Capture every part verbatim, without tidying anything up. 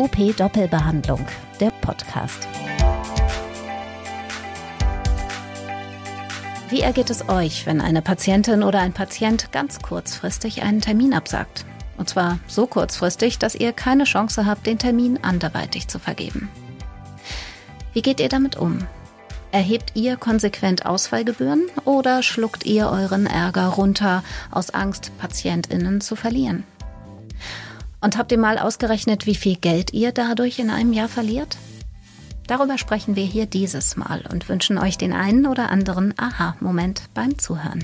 O P-Doppelbehandlung, der Podcast. Wie ergeht es euch, wenn eine Patientin oder ein Patient ganz kurzfristig einen Termin absagt? Und zwar so kurzfristig, dass ihr keine Chance habt, den Termin anderweitig zu vergeben. Wie geht ihr damit um? Erhebt ihr konsequent Ausfallgebühren oder schluckt ihr euren Ärger runter aus Angst, PatientInnen zu verlieren? Und habt ihr mal ausgerechnet, wie viel Geld ihr dadurch in einem Jahr verliert? Darüber sprechen wir hier dieses Mal und wünschen euch den einen oder anderen Aha-Moment beim Zuhören.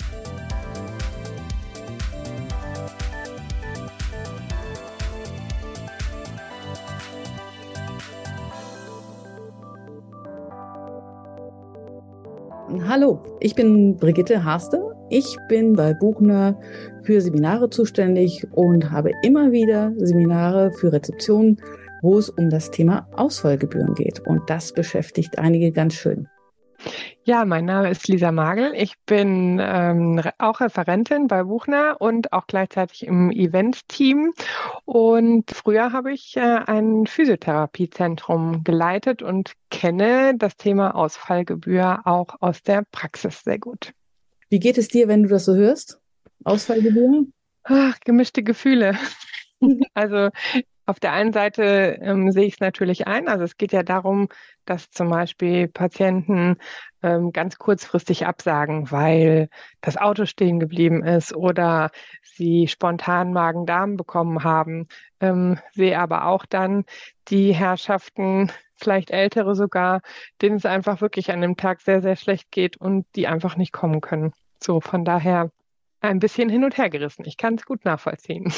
Hallo, ich bin Brigitte Harste. Ich bin bei Buchner für Seminare zuständig und habe immer wieder Seminare für Rezeption, wo es um das Thema Ausfallgebühren geht. Und das beschäftigt einige ganz schön. Ja, mein Name ist Lisa Magel. Ich bin ähm, auch Referentin bei Buchner und auch gleichzeitig im Event-Team. Und früher habe ich äh, ein Physiotherapiezentrum geleitet und kenne das Thema Ausfallgebühr auch aus der Praxis sehr gut. Wie geht es dir, wenn du das so hörst? Ausfallgebühren? Ach, gemischte Gefühle. Also auf der einen Seite ähm, sehe ich es natürlich ein. Also es geht ja darum, dass zum Beispiel Patienten ähm, ganz kurzfristig absagen, weil das Auto stehen geblieben ist oder sie spontan Magen-Darm bekommen haben. Ähm, sehe aber auch dann die Herrschaften, vielleicht Ältere sogar, denen es einfach wirklich an dem Tag sehr, sehr schlecht geht und die einfach nicht kommen können. So, von daher ein bisschen hin und her gerissen. Ich kann es gut nachvollziehen.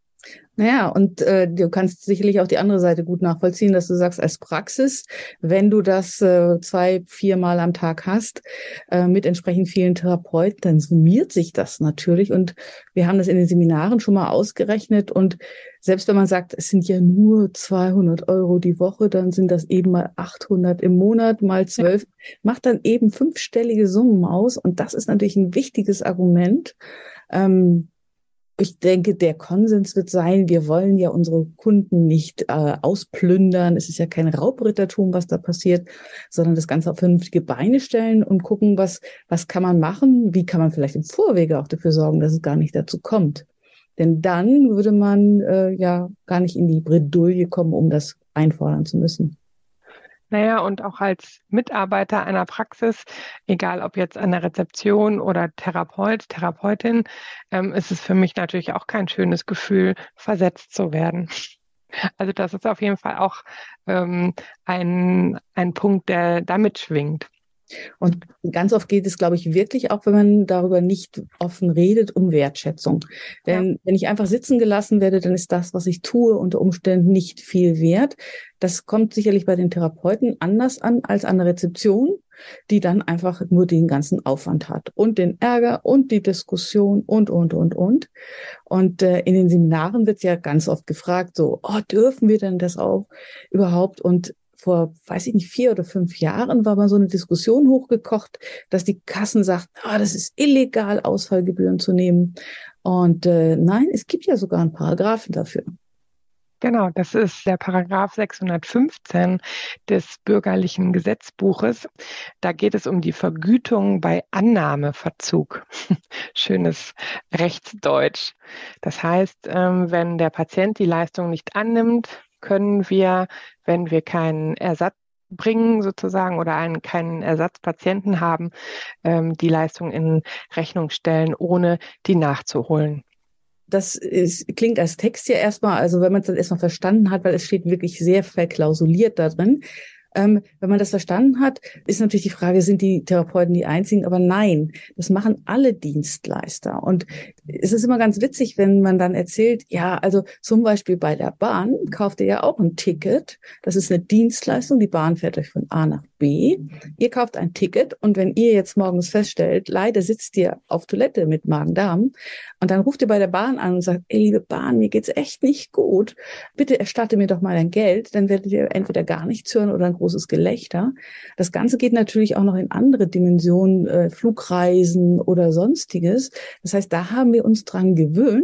Naja, und äh, du kannst sicherlich auch die andere Seite gut nachvollziehen, dass du sagst, als Praxis, wenn du das äh, zwei, viermal am Tag hast, äh, mit entsprechend vielen Therapeuten, dann summiert sich das natürlich. Und wir haben das in den Seminaren schon mal ausgerechnet. Und selbst wenn man sagt, es sind ja nur zweihundert Euro die Woche, dann sind das eben mal achthundert im Monat, mal zwölf, ja. Macht dann eben fünfstellige Summen aus. Und das ist natürlich ein wichtiges Argument. Ähm, Ich denke, der Konsens wird sein, wir wollen ja unsere Kunden nicht äh, ausplündern. Es ist ja kein Raubrittertum, was da passiert, sondern das Ganze auf vernünftige Beine stellen und gucken, was was kann man machen, wie kann man vielleicht im Vorwege auch dafür sorgen, dass es gar nicht dazu kommt. Denn dann würde man äh, ja gar nicht in die Bredouille kommen, um das einfordern zu müssen. Naja, und auch als Mitarbeiter einer Praxis, egal ob jetzt an der Rezeption oder Therapeut, Therapeutin, ähm, ist es für mich natürlich auch kein schönes Gefühl, versetzt zu werden. Also das ist auf jeden Fall auch ähm, ein, ein Punkt, der damit schwingt. Und ganz oft geht es, glaube ich, wirklich auch, wenn man darüber nicht offen redet, um Wertschätzung. Denn ja. Wenn ich einfach sitzen gelassen werde, dann ist das, was ich tue, unter Umständen nicht viel wert. Das kommt sicherlich bei den Therapeuten anders an als an der Rezeption, die dann einfach nur den ganzen Aufwand hat und den Ärger und die Diskussion und, und, und, und. Und äh, in den Seminaren wird ja ganz oft gefragt, so, oh, dürfen wir denn das auch überhaupt? Und vor, weiß ich nicht, vier oder fünf Jahren war mal so eine Diskussion hochgekocht, dass die Kassen sagten, ah, das ist illegal, Ausfallgebühren zu nehmen. Und äh, nein, es gibt ja sogar einen Paragraphen dafür. Genau, das ist der Paragraph sechshundertfünfzehn des Bürgerlichen Gesetzbuches. Da geht es um die Vergütung bei Annahmeverzug. Schönes Rechtsdeutsch. Das heißt, wenn der Patient die Leistung nicht annimmt, können wir, wenn wir keinen Ersatz bringen sozusagen oder einen keinen Ersatzpatienten haben, die Leistung in Rechnung stellen, ohne die nachzuholen. Das ist, klingt als Text ja erstmal, also wenn man es dann erstmal verstanden hat, weil es steht wirklich sehr verklausuliert da drin. Ähm, wenn man das verstanden hat, ist natürlich die Frage, sind die Therapeuten die einzigen? Aber nein, das machen alle Dienstleister. Und es ist immer ganz witzig, wenn man dann erzählt, ja, also zum Beispiel bei der Bahn kauft ihr ja auch ein Ticket. Das ist eine Dienstleistung. Die Bahn fährt euch von A nach B. Ihr kauft ein Ticket und wenn ihr jetzt morgens feststellt, leider sitzt ihr auf Toilette mit Magen-Darm und dann ruft ihr bei der Bahn an und sagt, ey, liebe Bahn, mir geht's echt nicht gut. Bitte erstatte mir doch mal dein Geld. Dann werdet ihr entweder gar nichts hören oder ein großes Gelächter. Das Ganze geht natürlich auch noch in andere Dimensionen, äh, Flugreisen oder Sonstiges. Das heißt, da haben wir uns dran gewöhnt.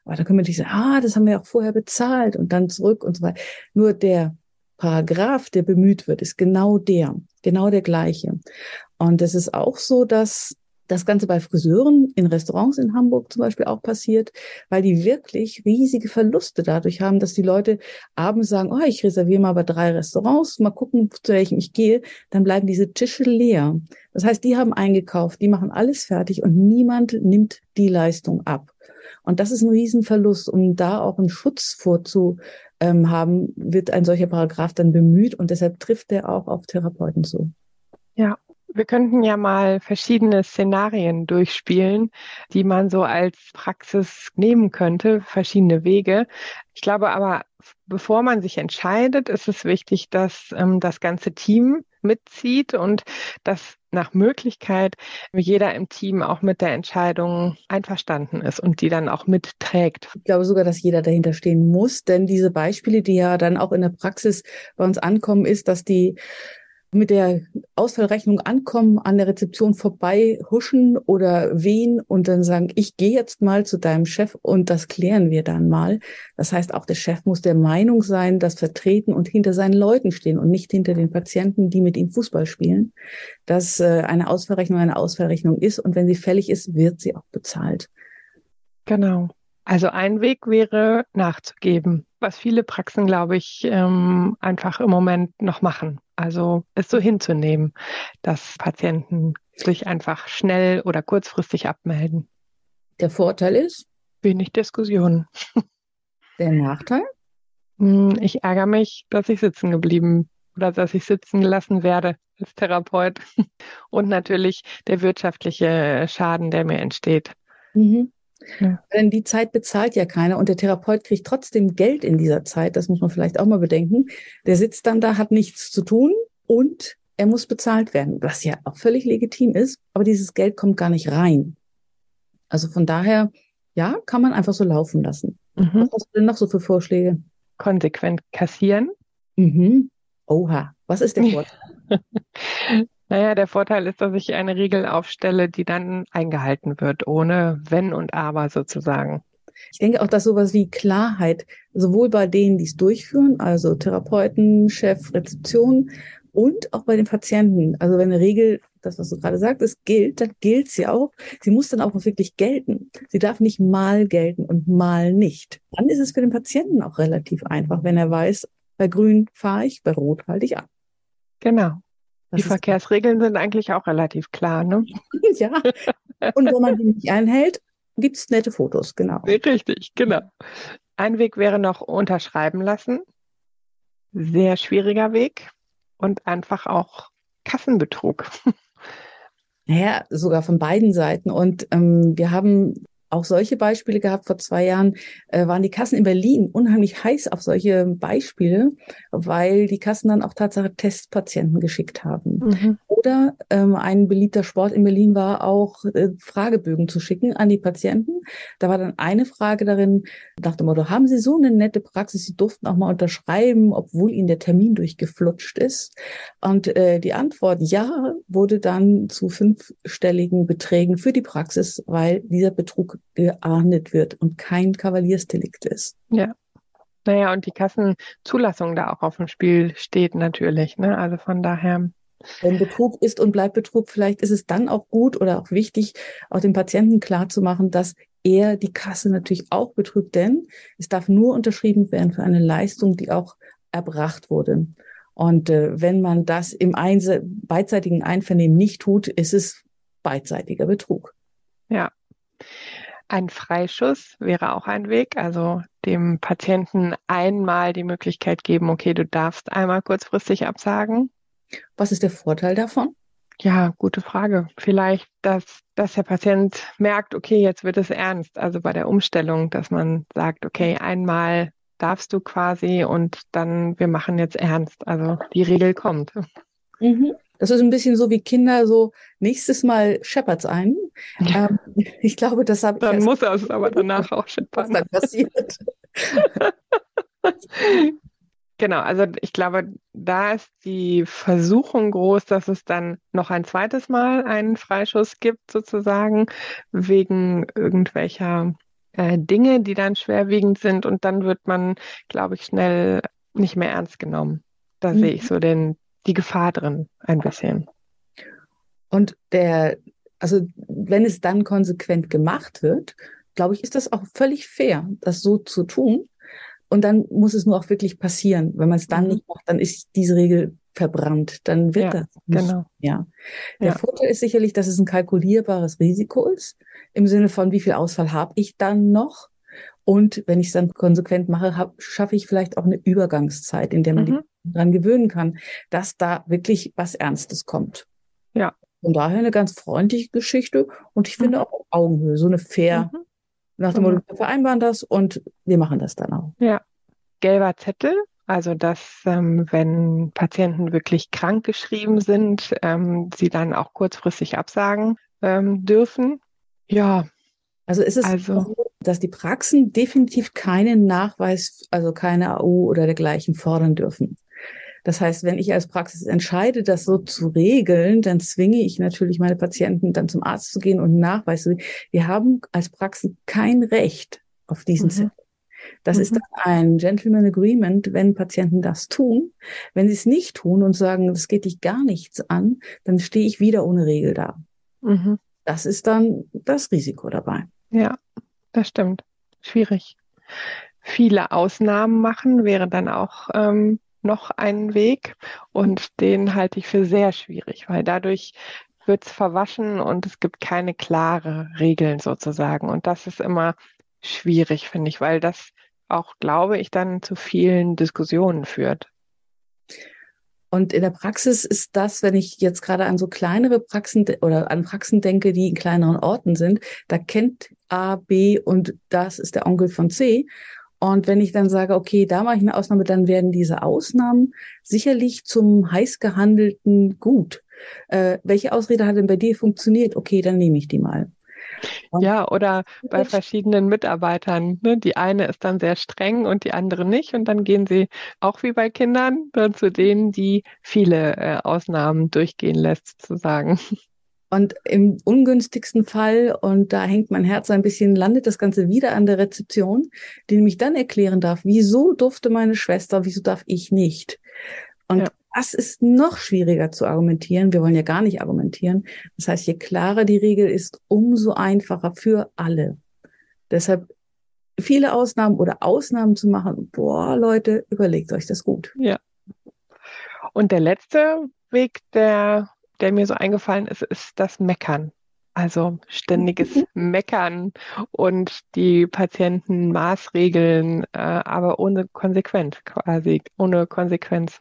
Aber da können wir nicht sagen, ah, das haben wir auch vorher bezahlt und dann zurück und so weiter. Nur der Paragraph, der bemüht wird, ist genau der, genau der gleiche. Und es ist auch so, dass das Ganze bei Friseuren in Restaurants in Hamburg zum Beispiel auch passiert, weil die wirklich riesige Verluste dadurch haben, dass die Leute abends sagen, oh, ich reserviere mal bei drei Restaurants, mal gucken, zu welchem ich gehe, dann bleiben diese Tische leer. Das heißt, die haben eingekauft, die machen alles fertig und niemand nimmt die Leistung ab. Und das ist ein Riesenverlust. Um da auch einen Schutz vorzu ähm, haben, wird ein solcher Paragraph dann bemüht und deshalb trifft der auch auf Therapeuten zu. Ja. Wir könnten ja mal verschiedene Szenarien durchspielen, die man so als Praxis nehmen könnte, verschiedene Wege. Ich glaube aber, bevor man sich entscheidet, ist es wichtig, dass ähm, das ganze Team mitzieht und dass nach Möglichkeit jeder im Team auch mit der Entscheidung einverstanden ist und die dann auch mitträgt. Ich glaube sogar, dass jeder dahinter stehen muss, denn diese Beispiele, die ja dann auch in der Praxis bei uns ankommen, ist, dass die mit der Ausfallrechnung ankommen, an der Rezeption vorbei huschen oder wehen und dann sagen, ich gehe jetzt mal zu deinem Chef und das klären wir dann mal. Das heißt, auch der Chef muss der Meinung sein, das vertreten und hinter seinen Leuten stehen und nicht hinter den Patienten, die mit ihm Fußball spielen, dass äh, eine Ausfallrechnung eine Ausfallrechnung ist und wenn sie fällig ist, wird sie auch bezahlt. Genau. Also ein Weg wäre nachzugeben, was viele Praxen, glaube ich, ähm, einfach im Moment noch machen. Also es so hinzunehmen, dass Patienten sich einfach schnell oder kurzfristig abmelden. Der Vorteil ist? Wenig Diskussion. Der Nachteil? Ich ärgere mich, dass ich sitzen geblieben oder dass ich sitzen gelassen werde als Therapeut. Und natürlich der wirtschaftliche Schaden, der mir entsteht. Mhm. Ja. Denn die Zeit bezahlt ja keiner und der Therapeut kriegt trotzdem Geld in dieser Zeit. Das muss man vielleicht auch mal bedenken. Der sitzt dann da, hat nichts zu tun und er muss bezahlt werden, was ja auch völlig legitim ist. Aber dieses Geld kommt gar nicht rein. Also von daher, ja, kann man einfach so laufen lassen. Mhm. Was hast du denn noch so für Vorschläge? Konsequent kassieren. Mhm. Oha, was ist der Vorteil? Naja, der Vorteil ist, dass ich eine Regel aufstelle, die dann eingehalten wird, ohne Wenn und Aber sozusagen. Ich denke auch, dass sowas wie Klarheit, sowohl bei denen, die es durchführen, also Therapeuten, Chef, Rezeption und auch bei den Patienten. Also wenn eine Regel, das, was du gerade sagtest, gilt, dann gilt sie auch. Sie muss dann auch wirklich gelten. Sie darf nicht mal gelten und mal nicht. Dann ist es für den Patienten auch relativ einfach, wenn er weiß, bei Grün fahre ich, bei Rot halte ich an. Genau. Das Die Verkehrsregeln sind eigentlich auch relativ klar, ne? Ja. Und wenn man die nicht einhält, gibt's nette Fotos, genau. Richtig, genau. Ein Weg wäre noch unterschreiben lassen. Sehr schwieriger Weg. Und einfach auch Kassenbetrug. Naja, sogar von beiden Seiten. Und ähm, wir haben auch solche Beispiele gehabt. Vor zwei Jahren äh, waren die Kassen in Berlin unheimlich heiß auf solche Beispiele, weil die Kassen dann auch Tatsache Testpatienten geschickt haben. Mhm. Oder ähm, ein beliebter Sport in Berlin war auch, äh, Fragebögen zu schicken an die Patienten. Da war dann eine Frage darin, nach dem Motto, haben Sie so eine nette Praxis, Sie durften auch mal unterschreiben, obwohl Ihnen der Termin durchgeflutscht ist. Und äh, die Antwort ja wurde dann zu fünfstelligen Beträgen für die Praxis, weil dieser Betrug geahndet wird und kein Kavaliersdelikt ist. Ja. Naja, und die Kassenzulassung da auch auf dem Spiel steht natürlich, ne? Also von daher. Wenn Betrug ist und bleibt Betrug, vielleicht ist es dann auch gut oder auch wichtig, auch dem Patienten klarzumachen, dass er die Kasse natürlich auch betrügt, denn es darf nur unterschrieben werden für eine Leistung, die auch erbracht wurde. Und äh, wenn man das im Einse- beidseitigen Einvernehmen nicht tut, ist es beidseitiger Betrug. Ja. Ein Freischuss wäre auch ein Weg, also dem Patienten einmal die Möglichkeit geben, okay, du darfst einmal kurzfristig absagen. Was ist der Vorteil davon? Ja, gute Frage. Vielleicht, dass, dass der Patient merkt, okay, jetzt wird es ernst. Also bei der Umstellung, dass man sagt, okay, einmal darfst du quasi und dann, wir machen jetzt ernst. Also die Regel kommt. Mhm. Das ist ein bisschen so wie Kinder so, nächstes Mal scheppert's ein. Ja. Ähm, ich glaube, das habe ich. Dann muss er es aber danach auch scheppern. Was dann passiert. Genau, also ich glaube, da ist die Versuchung groß, dass es dann noch ein zweites Mal einen Freischuss gibt, sozusagen, wegen irgendwelcher äh, Dinge, die dann schwerwiegend sind und dann wird man, glaube ich, schnell nicht mehr ernst genommen. Da Mhm. sehe ich so den, die Gefahr drin ein bisschen. Und der, also wenn es dann konsequent gemacht wird, glaube ich, ist das auch völlig fair, das so zu tun. Und dann muss es nur auch wirklich passieren. Wenn man es dann Mhm. nicht macht, dann ist diese Regel verbrannt. Dann wird Ja, das nicht genau. mehr. Der Ja. Vorteil ist sicherlich, dass es ein kalkulierbares Risiko ist, im Sinne von, wie viel Ausfall habe ich dann noch? Und wenn ich es dann konsequent mache, hab, schaffe ich vielleicht auch eine Übergangszeit, in der man Mhm. die daran gewöhnen kann, dass da wirklich was Ernstes kommt. Ja. Von daher eine ganz freundliche Geschichte und ich finde Mhm. auch auf Augenhöhe, so eine fair, Mhm. nach dem Genau. Motto, wir vereinbaren das und wir machen das dann auch. Ja. Gelber Zettel, also dass, ähm, wenn Patienten wirklich krank geschrieben sind, ähm, sie dann auch kurzfristig absagen ähm, dürfen. Ja, Also ist es also so, dass die Praxen definitiv keinen Nachweis, also keine A U oder dergleichen fordern dürfen. Das heißt, wenn ich als Praxis entscheide, das so zu regeln, dann zwinge ich natürlich meine Patienten, dann zum Arzt zu gehen und einen Nachweis zu geben. Wir haben als Praxen kein Recht auf diesen mhm. Zettel. Das Mhm. ist dann ein Gentleman Agreement, wenn Patienten das tun. Wenn sie es nicht tun und sagen, das geht dich gar nichts an, dann stehe ich wieder ohne Regel da. Mhm. Das ist dann das Risiko dabei. Ja, das stimmt. Schwierig. Viele Ausnahmen machen wäre dann auch ähm, noch ein Weg und den halte ich für sehr schwierig, weil dadurch wird es verwaschen und es gibt keine klare Regeln sozusagen. Und das ist immer schwierig, finde ich, weil das auch, glaube ich, dann zu vielen Diskussionen führt. Und in der Praxis ist das, wenn ich jetzt gerade an so kleinere Praxen de- oder an Praxen denke, die in kleineren Orten sind, da kennt A, B und das ist der Onkel von C. Und wenn ich dann sage, okay, da mache ich eine Ausnahme, dann werden diese Ausnahmen sicherlich zum heiß gehandelten Gut. Äh, welche Ausrede hat denn bei dir funktioniert? Okay, dann nehme ich die mal. Und Ja, oder bei verschiedenen Mitarbeitern. Ne? Die eine ist dann sehr streng und die andere nicht. Und dann gehen sie auch wie bei Kindern dann zu denen, die viele äh, Ausnahmen durchgehen lässt, sozusagen. Und im ungünstigsten Fall, und da hängt mein Herz ein bisschen, landet das Ganze wieder an der Rezeption, die nämlich dann erklären darf, wieso durfte meine Schwester, wieso darf ich nicht? Und Ja. das ist noch schwieriger zu argumentieren. Wir wollen ja gar nicht argumentieren. Das heißt, je klarer die Regel ist, umso einfacher für alle. Deshalb viele Ausnahmen oder Ausnahmen zu machen, boah, Leute, überlegt euch das gut. Ja. Und der letzte Weg, der, der mir so eingefallen ist, ist das Meckern. Also ständiges Meckern und die Patienten maßregeln, äh, aber ohne Konsequenz quasi, ohne Konsequenz.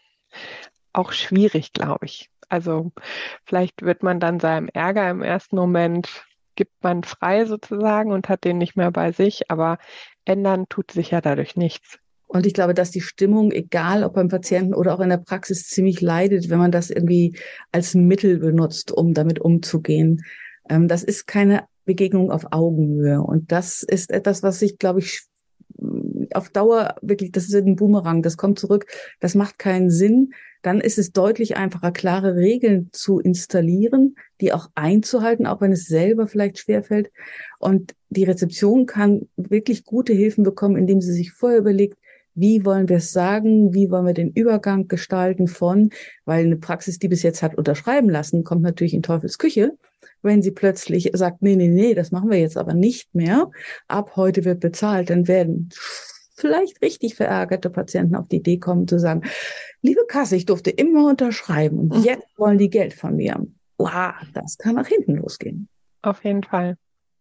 Auch schwierig, glaube ich. Also vielleicht wird man dann seinem Ärger im ersten Moment, gibt man frei sozusagen und hat den nicht mehr bei sich, aber ändern tut sich ja dadurch nichts. Und ich glaube, dass die Stimmung, egal ob beim Patienten oder auch in der Praxis, ziemlich leidet, wenn man das irgendwie als Mittel benutzt, um damit umzugehen. Ähm, das ist keine Begegnung auf Augenhöhe. Und das ist etwas, was ich, glaube ich, auf Dauer wirklich, das ist ein Boomerang, das kommt zurück, das macht keinen Sinn. Dann ist es deutlich einfacher, klare Regeln zu installieren, die auch einzuhalten, auch wenn es selber vielleicht schwerfällt. Und die Rezeption kann wirklich gute Hilfen bekommen, indem sie sich vorher überlegt, wie wollen wir es sagen, wie wollen wir den Übergang gestalten von, weil eine Praxis, die bis jetzt hat unterschreiben lassen, kommt natürlich in Teufels Küche, wenn sie plötzlich sagt, nee, nee, nee, das machen wir jetzt aber nicht mehr, ab heute wird bezahlt, dann werden vielleicht richtig verärgerte Patienten auf die Idee kommen zu sagen, liebe Kasse, ich durfte immer unterschreiben und jetzt wollen die Geld von mir. Wow, das kann nach hinten losgehen. Auf jeden Fall.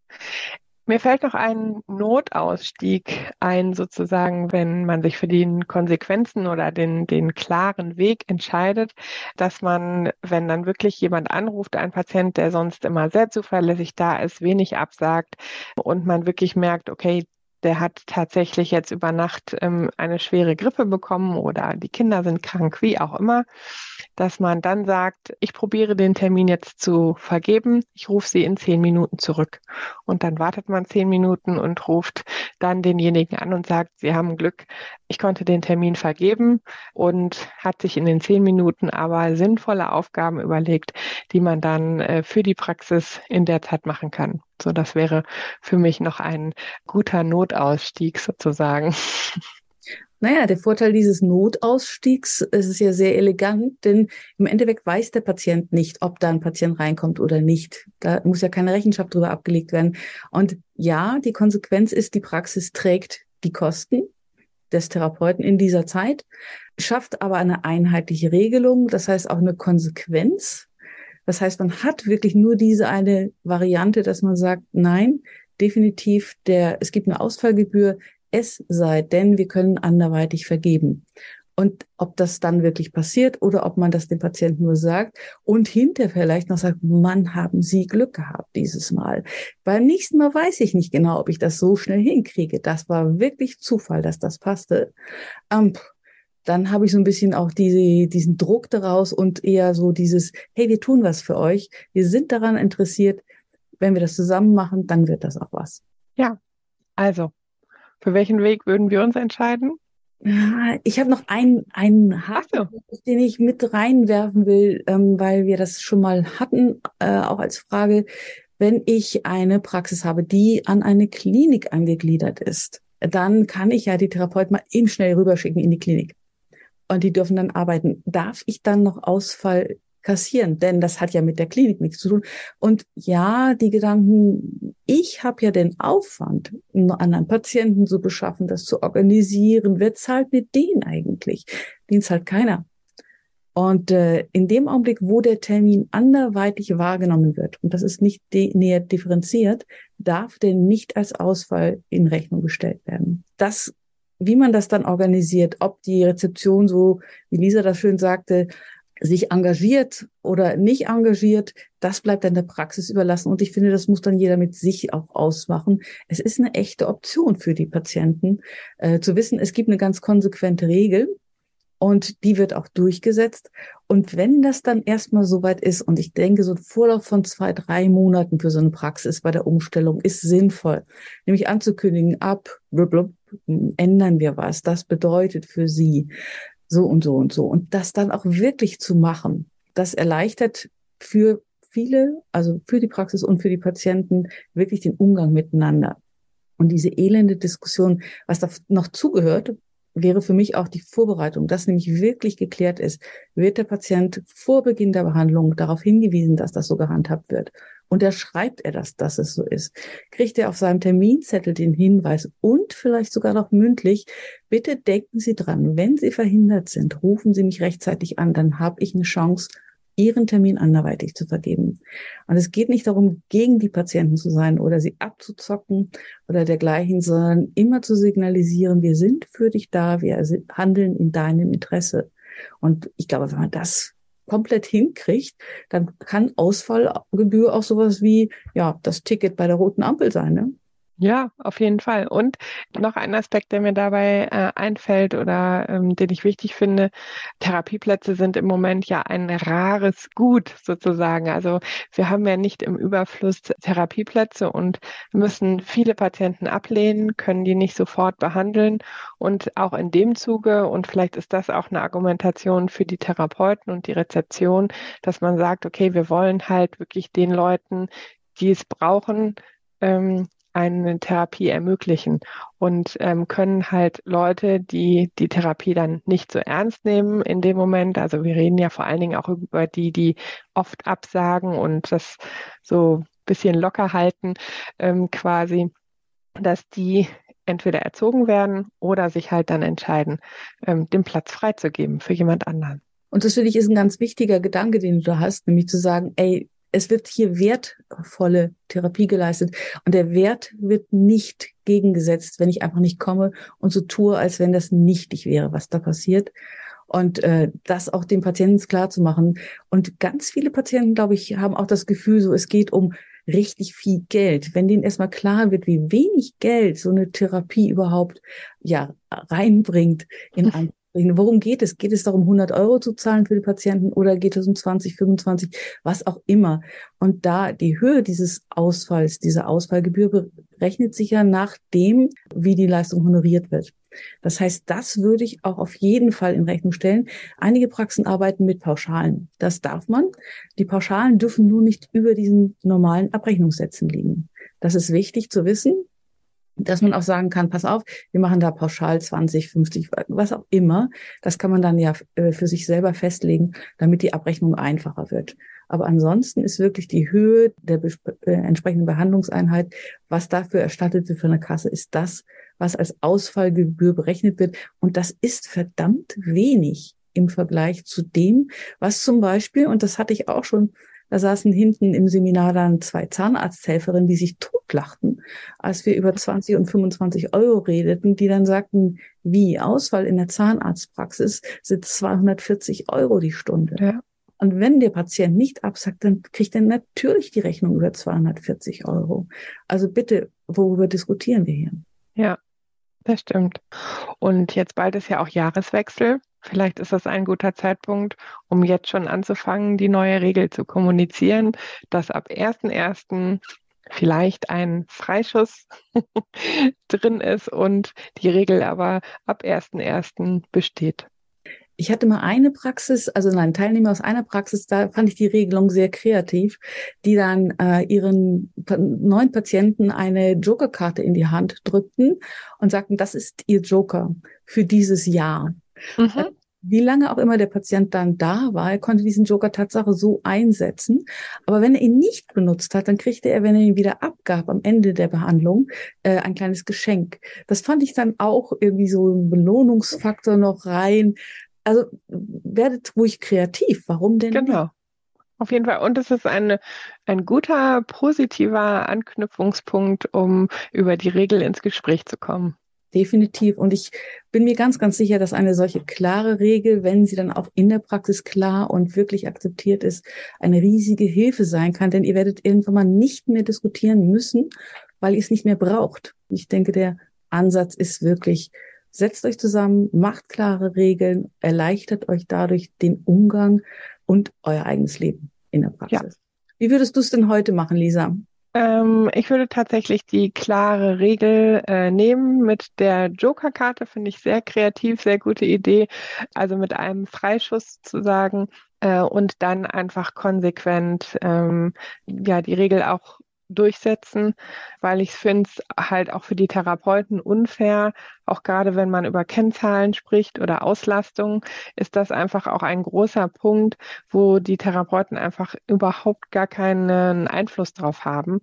Mir fällt noch ein Notausstieg ein, sozusagen, wenn man sich für die Konsequenzen oder den, den klaren Weg entscheidet, dass man, wenn dann wirklich jemand anruft, ein Patient, der sonst immer sehr zuverlässig da ist, wenig absagt und man wirklich merkt, okay, der hat tatsächlich jetzt über Nacht ähm, eine schwere Grippe bekommen oder die Kinder sind krank, wie auch immer, dass man dann sagt, ich probiere den Termin jetzt zu vergeben, ich rufe Sie in zehn Minuten zurück. Und dann wartet man zehn Minuten und ruft dann denjenigen an und sagt, Sie haben Glück, ich konnte den Termin vergeben und hat sich in den zehn Minuten aber sinnvolle Aufgaben überlegt, die man dann äh, für die Praxis in der Zeit machen kann. So, das wäre für mich noch ein guter Notausstieg sozusagen. Naja, der Vorteil dieses Notausstiegs, es ist ja sehr elegant, denn im Endeffekt weiß der Patient nicht, ob da ein Patient reinkommt oder nicht. Da muss ja keine Rechenschaft drüber abgelegt werden. Und ja, die Konsequenz ist, die Praxis trägt die Kosten des Therapeuten in dieser Zeit, schafft aber eine einheitliche Regelung, das heißt auch eine Konsequenz. Das heißt, man hat wirklich nur diese eine Variante, dass man sagt, nein, definitiv, der, es gibt eine Ausfallgebühr, es sei denn, wir können anderweitig vergeben. Und ob das dann wirklich passiert oder ob man das dem Patienten nur sagt und hinterher vielleicht noch sagt, Mann, haben Sie Glück gehabt dieses Mal. Beim nächsten Mal weiß ich nicht genau, ob ich das so schnell hinkriege. Das war wirklich Zufall, dass das passte. Ähm, dann habe ich so ein bisschen auch diese, diesen Druck daraus und eher so dieses, hey, wir tun was für euch. Wir sind daran interessiert. Wenn wir das zusammen machen, dann wird das auch was. Ja, also. Für welchen Weg würden wir uns entscheiden? Ja, ich habe noch einen, einen Haken, so. den ich mit reinwerfen will, ähm, weil wir das schon mal hatten, äh, auch als Frage. Wenn ich eine Praxis habe, die an eine Klinik angegliedert ist, dann kann ich ja die Therapeuten mal eben schnell rüberschicken in die Klinik. Und die dürfen dann arbeiten. Darf ich dann noch Ausfall kassieren? Denn das hat ja mit der Klinik nichts zu tun. Und ja, die Gedanken, ich habe ja den Aufwand, einen anderen Patienten zu beschaffen, das zu organisieren. Wer zahlt mir den eigentlich? Den zahlt keiner. Und äh, in dem Augenblick, wo der Termin anderweitig wahrgenommen wird, und das ist nicht de- näher differenziert, darf der nicht als Ausfall in Rechnung gestellt werden. Das, wie man das dann organisiert, ob die Rezeption so, wie Lisa das schön sagte, sich engagiert oder nicht engagiert, das bleibt dann der Praxis überlassen. Und ich finde, das muss dann jeder mit sich auch ausmachen. Es ist eine echte Option für die Patienten, äh, zu wissen, es gibt eine ganz konsequente Regel und die wird auch durchgesetzt. Und wenn das dann erstmal soweit ist, und ich denke, so ein Vorlauf von zwei, drei Monaten für so eine Praxis bei der Umstellung ist sinnvoll, nämlich anzukündigen, ab, blub, blub, ändern wir was. Das bedeutet für Sie so und so und so. Und das dann auch wirklich zu machen, das erleichtert für viele, also für die Praxis und für die Patienten, wirklich den Umgang miteinander. Und diese elende Diskussion, was da noch zugehört, wäre für mich auch die Vorbereitung, dass nämlich wirklich geklärt ist, wird der Patient vor Beginn der Behandlung darauf hingewiesen, dass das so gehandhabt wird. Unterschreibt er das, dass es so ist? Kriegt er auf seinem Terminzettel den Hinweis und vielleicht sogar noch mündlich, bitte denken Sie dran, wenn Sie verhindert sind, rufen Sie mich rechtzeitig an, dann habe ich eine Chance, Ihren Termin anderweitig zu vergeben. Und es geht nicht darum, gegen die Patienten zu sein oder sie abzuzocken oder dergleichen, sondern immer zu signalisieren, wir sind für dich da, wir handeln in deinem Interesse. Und ich glaube, wenn man das komplett hinkriegt, dann kann Ausfallgebühr auch sowas wie, ja, das Ticket bei der roten Ampel sein, ne? Ja, auf jeden Fall. Und noch ein Aspekt, der mir dabei äh, einfällt oder ähm, den ich wichtig finde, Therapieplätze sind im Moment ja ein rares Gut sozusagen. Also wir haben ja nicht im Überfluss Therapieplätze und müssen viele Patienten ablehnen, können die nicht sofort behandeln. Und auch in dem Zuge, und vielleicht ist das auch eine Argumentation für die Therapeuten und die Rezeption, dass man sagt, okay, wir wollen halt wirklich den Leuten, die es brauchen, ähm, eine Therapie ermöglichen und ähm, können halt Leute, die die Therapie dann nicht so ernst nehmen in dem Moment, also wir reden ja vor allen Dingen auch über die, die oft absagen und das so ein bisschen locker halten, ähm, quasi, dass die entweder erzogen werden oder sich halt dann entscheiden, ähm, den Platz freizugeben für jemand anderen. Und das finde ich ist ein ganz wichtiger Gedanke, den du da hast, nämlich zu sagen, ey, es wird hier wertvolle Therapie geleistet und der Wert wird nicht gegengesetzt, wenn ich einfach nicht komme und so tue, als wenn das nichtig wäre, was da passiert. Und äh, das auch den Patienten klar zu machen. Und ganz viele Patienten, glaube ich, haben auch das Gefühl, so es geht um richtig viel Geld. Wenn denen erstmal klar wird, wie wenig Geld so eine Therapie überhaupt ja reinbringt in ein worum geht es? Geht es darum, hundert Euro zu zahlen für die Patienten oder geht es um zwanzig, fünfundzwanzig, was auch immer? Und da die Höhe dieses Ausfalls, dieser Ausfallgebühr berechnet sich ja nach dem, wie die Leistung honoriert wird. Das heißt, das würde ich auch auf jeden Fall in Rechnung stellen. Einige Praxen arbeiten mit Pauschalen. Das darf man. Die Pauschalen dürfen nur nicht über diesen normalen Abrechnungssätzen liegen. Das ist wichtig zu wissen, dass man auch sagen kann, pass auf, wir machen da pauschal zwanzig, fünfzig, was auch immer. Das kann man dann ja für sich selber festlegen, damit die Abrechnung einfacher wird. Aber ansonsten ist wirklich die Höhe der äh, entsprechenden Behandlungseinheit, was dafür erstattet wird für eine Kasse, ist das, was als Ausfallgebühr berechnet wird. Und das ist verdammt wenig im Vergleich zu dem, was zum Beispiel, und das hatte ich auch schon, da saßen hinten im Seminar dann zwei Zahnarzthelferinnen, die sich totlachten, als wir über zwanzig und fünfundzwanzig Euro redeten, die dann sagten, wie Ausfall in der Zahnarztpraxis sind zweihundertvierzig Euro die Stunde. Ja. Und wenn der Patient nicht absagt, dann kriegt er natürlich die Rechnung über zweihundertvierzig Euro. Also bitte, worüber diskutieren wir hier? Ja, das stimmt. Und jetzt bald ist ja auch Jahreswechsel. Vielleicht ist das ein guter Zeitpunkt, um jetzt schon anzufangen, die neue Regel zu kommunizieren, dass ab ersten ersten vielleicht ein Freischuss drin ist und die Regel aber ab ersten ersten besteht. Ich hatte mal eine Praxis, also nein, Teilnehmer aus einer Praxis, da fand ich die Regelung sehr kreativ, die dann äh, ihren neuen Patienten eine Jokerkarte in die Hand drückten und sagten, das ist ihr Joker für dieses Jahr. Mhm. Wie lange auch immer der Patient dann da war, er konnte diesen Joker Tatsache so einsetzen. Aber wenn er ihn nicht benutzt hat, dann kriegte er, wenn er ihn wieder abgab am Ende der Behandlung, äh, ein kleines Geschenk. Das fand ich dann auch irgendwie so ein Belohnungsfaktor noch rein. Also werdet ruhig kreativ. Warum denn? Genau. Nicht? Auf jeden Fall. Und es ist eine, ein guter, positiver Anknüpfungspunkt, um über die Regel ins Gespräch zu kommen. Definitiv. Und ich bin mir ganz, ganz sicher, dass eine solche klare Regel, wenn sie dann auch in der Praxis klar und wirklich akzeptiert ist, eine riesige Hilfe sein kann. Denn ihr werdet irgendwann mal nicht mehr diskutieren müssen, weil ihr es nicht mehr braucht. Ich denke, der Ansatz ist wirklich, setzt euch zusammen, macht klare Regeln, erleichtert euch dadurch den Umgang und euer eigenes Leben in der Praxis. Ja. Wie würdest du es denn heute machen, Lisa? Ähm, ich würde tatsächlich die klare Regel äh, nehmen mit der Joker-Karte, finde ich sehr kreativ, sehr gute Idee. Also mit einem Freischuss zu sagen äh, und dann einfach konsequent ähm, ja die Regel auch durchsetzen, weil ich finde es halt auch für die Therapeuten unfair, auch gerade wenn man über Kennzahlen spricht oder Auslastung, ist das einfach auch ein großer Punkt, wo die Therapeuten einfach überhaupt gar keinen Einfluss drauf haben.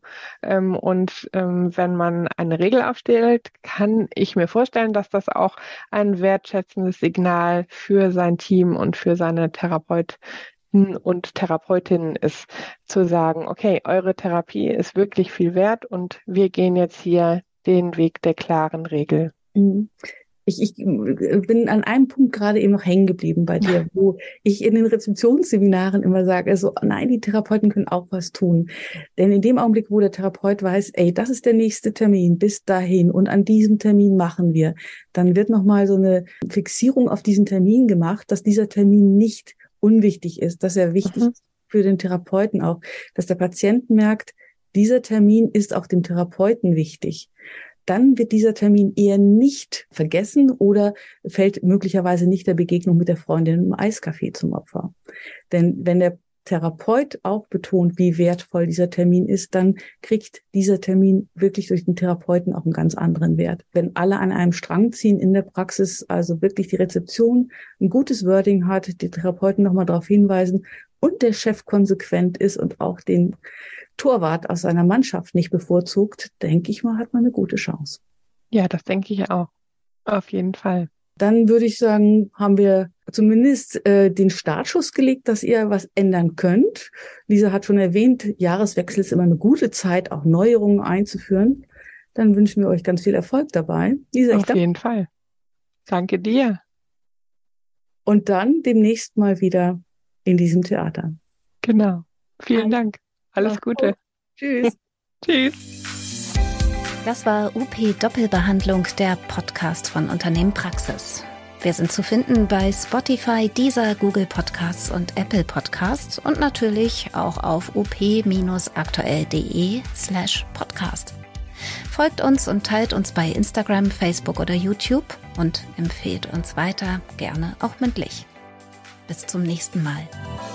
Und wenn man eine Regel aufstellt, kann ich mir vorstellen, dass das auch ein wertschätzendes Signal für sein Team und für seine Therapeuten und Therapeutinnen ist, zu sagen, okay, eure Therapie ist wirklich viel wert und wir gehen jetzt hier den Weg der klaren Regel. Ich, ich bin an einem Punkt gerade eben noch hängen geblieben bei dir, wo ich in den Rezeptionsseminaren immer sage, also nein, die Therapeuten können auch was tun. Denn in dem Augenblick, wo der Therapeut weiß, ey, das ist der nächste Termin, bis dahin und an diesem Termin machen wir, dann wird nochmal so eine Fixierung auf diesen Termin gemacht, dass dieser Termin nicht unwichtig ist, dass er wichtig mhm. ist für den Therapeuten auch, dass der Patient merkt, dieser Termin ist auch dem Therapeuten wichtig. Dann wird dieser Termin eher nicht vergessen oder fällt möglicherweise nicht der Begegnung mit der Freundin im Eiscafé zum Opfer. Denn wenn der Therapeut auch betont, wie wertvoll dieser Termin ist, dann kriegt dieser Termin wirklich durch den Therapeuten auch einen ganz anderen Wert. Wenn alle an einem Strang ziehen in der Praxis, also wirklich die Rezeption ein gutes Wording hat, die Therapeuten nochmal darauf hinweisen und der Chef konsequent ist und auch den Torwart aus seiner Mannschaft nicht bevorzugt, denke ich mal, hat man eine gute Chance. Ja, das denke ich auch. Auf jeden Fall. Dann würde ich sagen, haben wir zumindest äh, den Startschuss gelegt, dass ihr was ändern könnt. Lisa hat schon erwähnt, Jahreswechsel ist immer eine gute Zeit, auch Neuerungen einzuführen. Dann wünschen wir euch ganz viel Erfolg dabei. Lisa, Auf jeden Fall. Danke dir. Und dann demnächst mal wieder in diesem Theater. Genau. Vielen Dank. Alles Gute. Tschüss. Tschüss. Das war U P Doppelbehandlung, der Podcast von Unternehmen Praxis. Wir sind zu finden bei Spotify, Deezer, Google Podcasts und Apple Podcasts und natürlich auch auf up-aktuell.de slash podcast. Folgt uns und teilt uns bei Instagram, Facebook oder YouTube und empfehlt uns weiter, gerne auch mündlich. Bis zum nächsten Mal.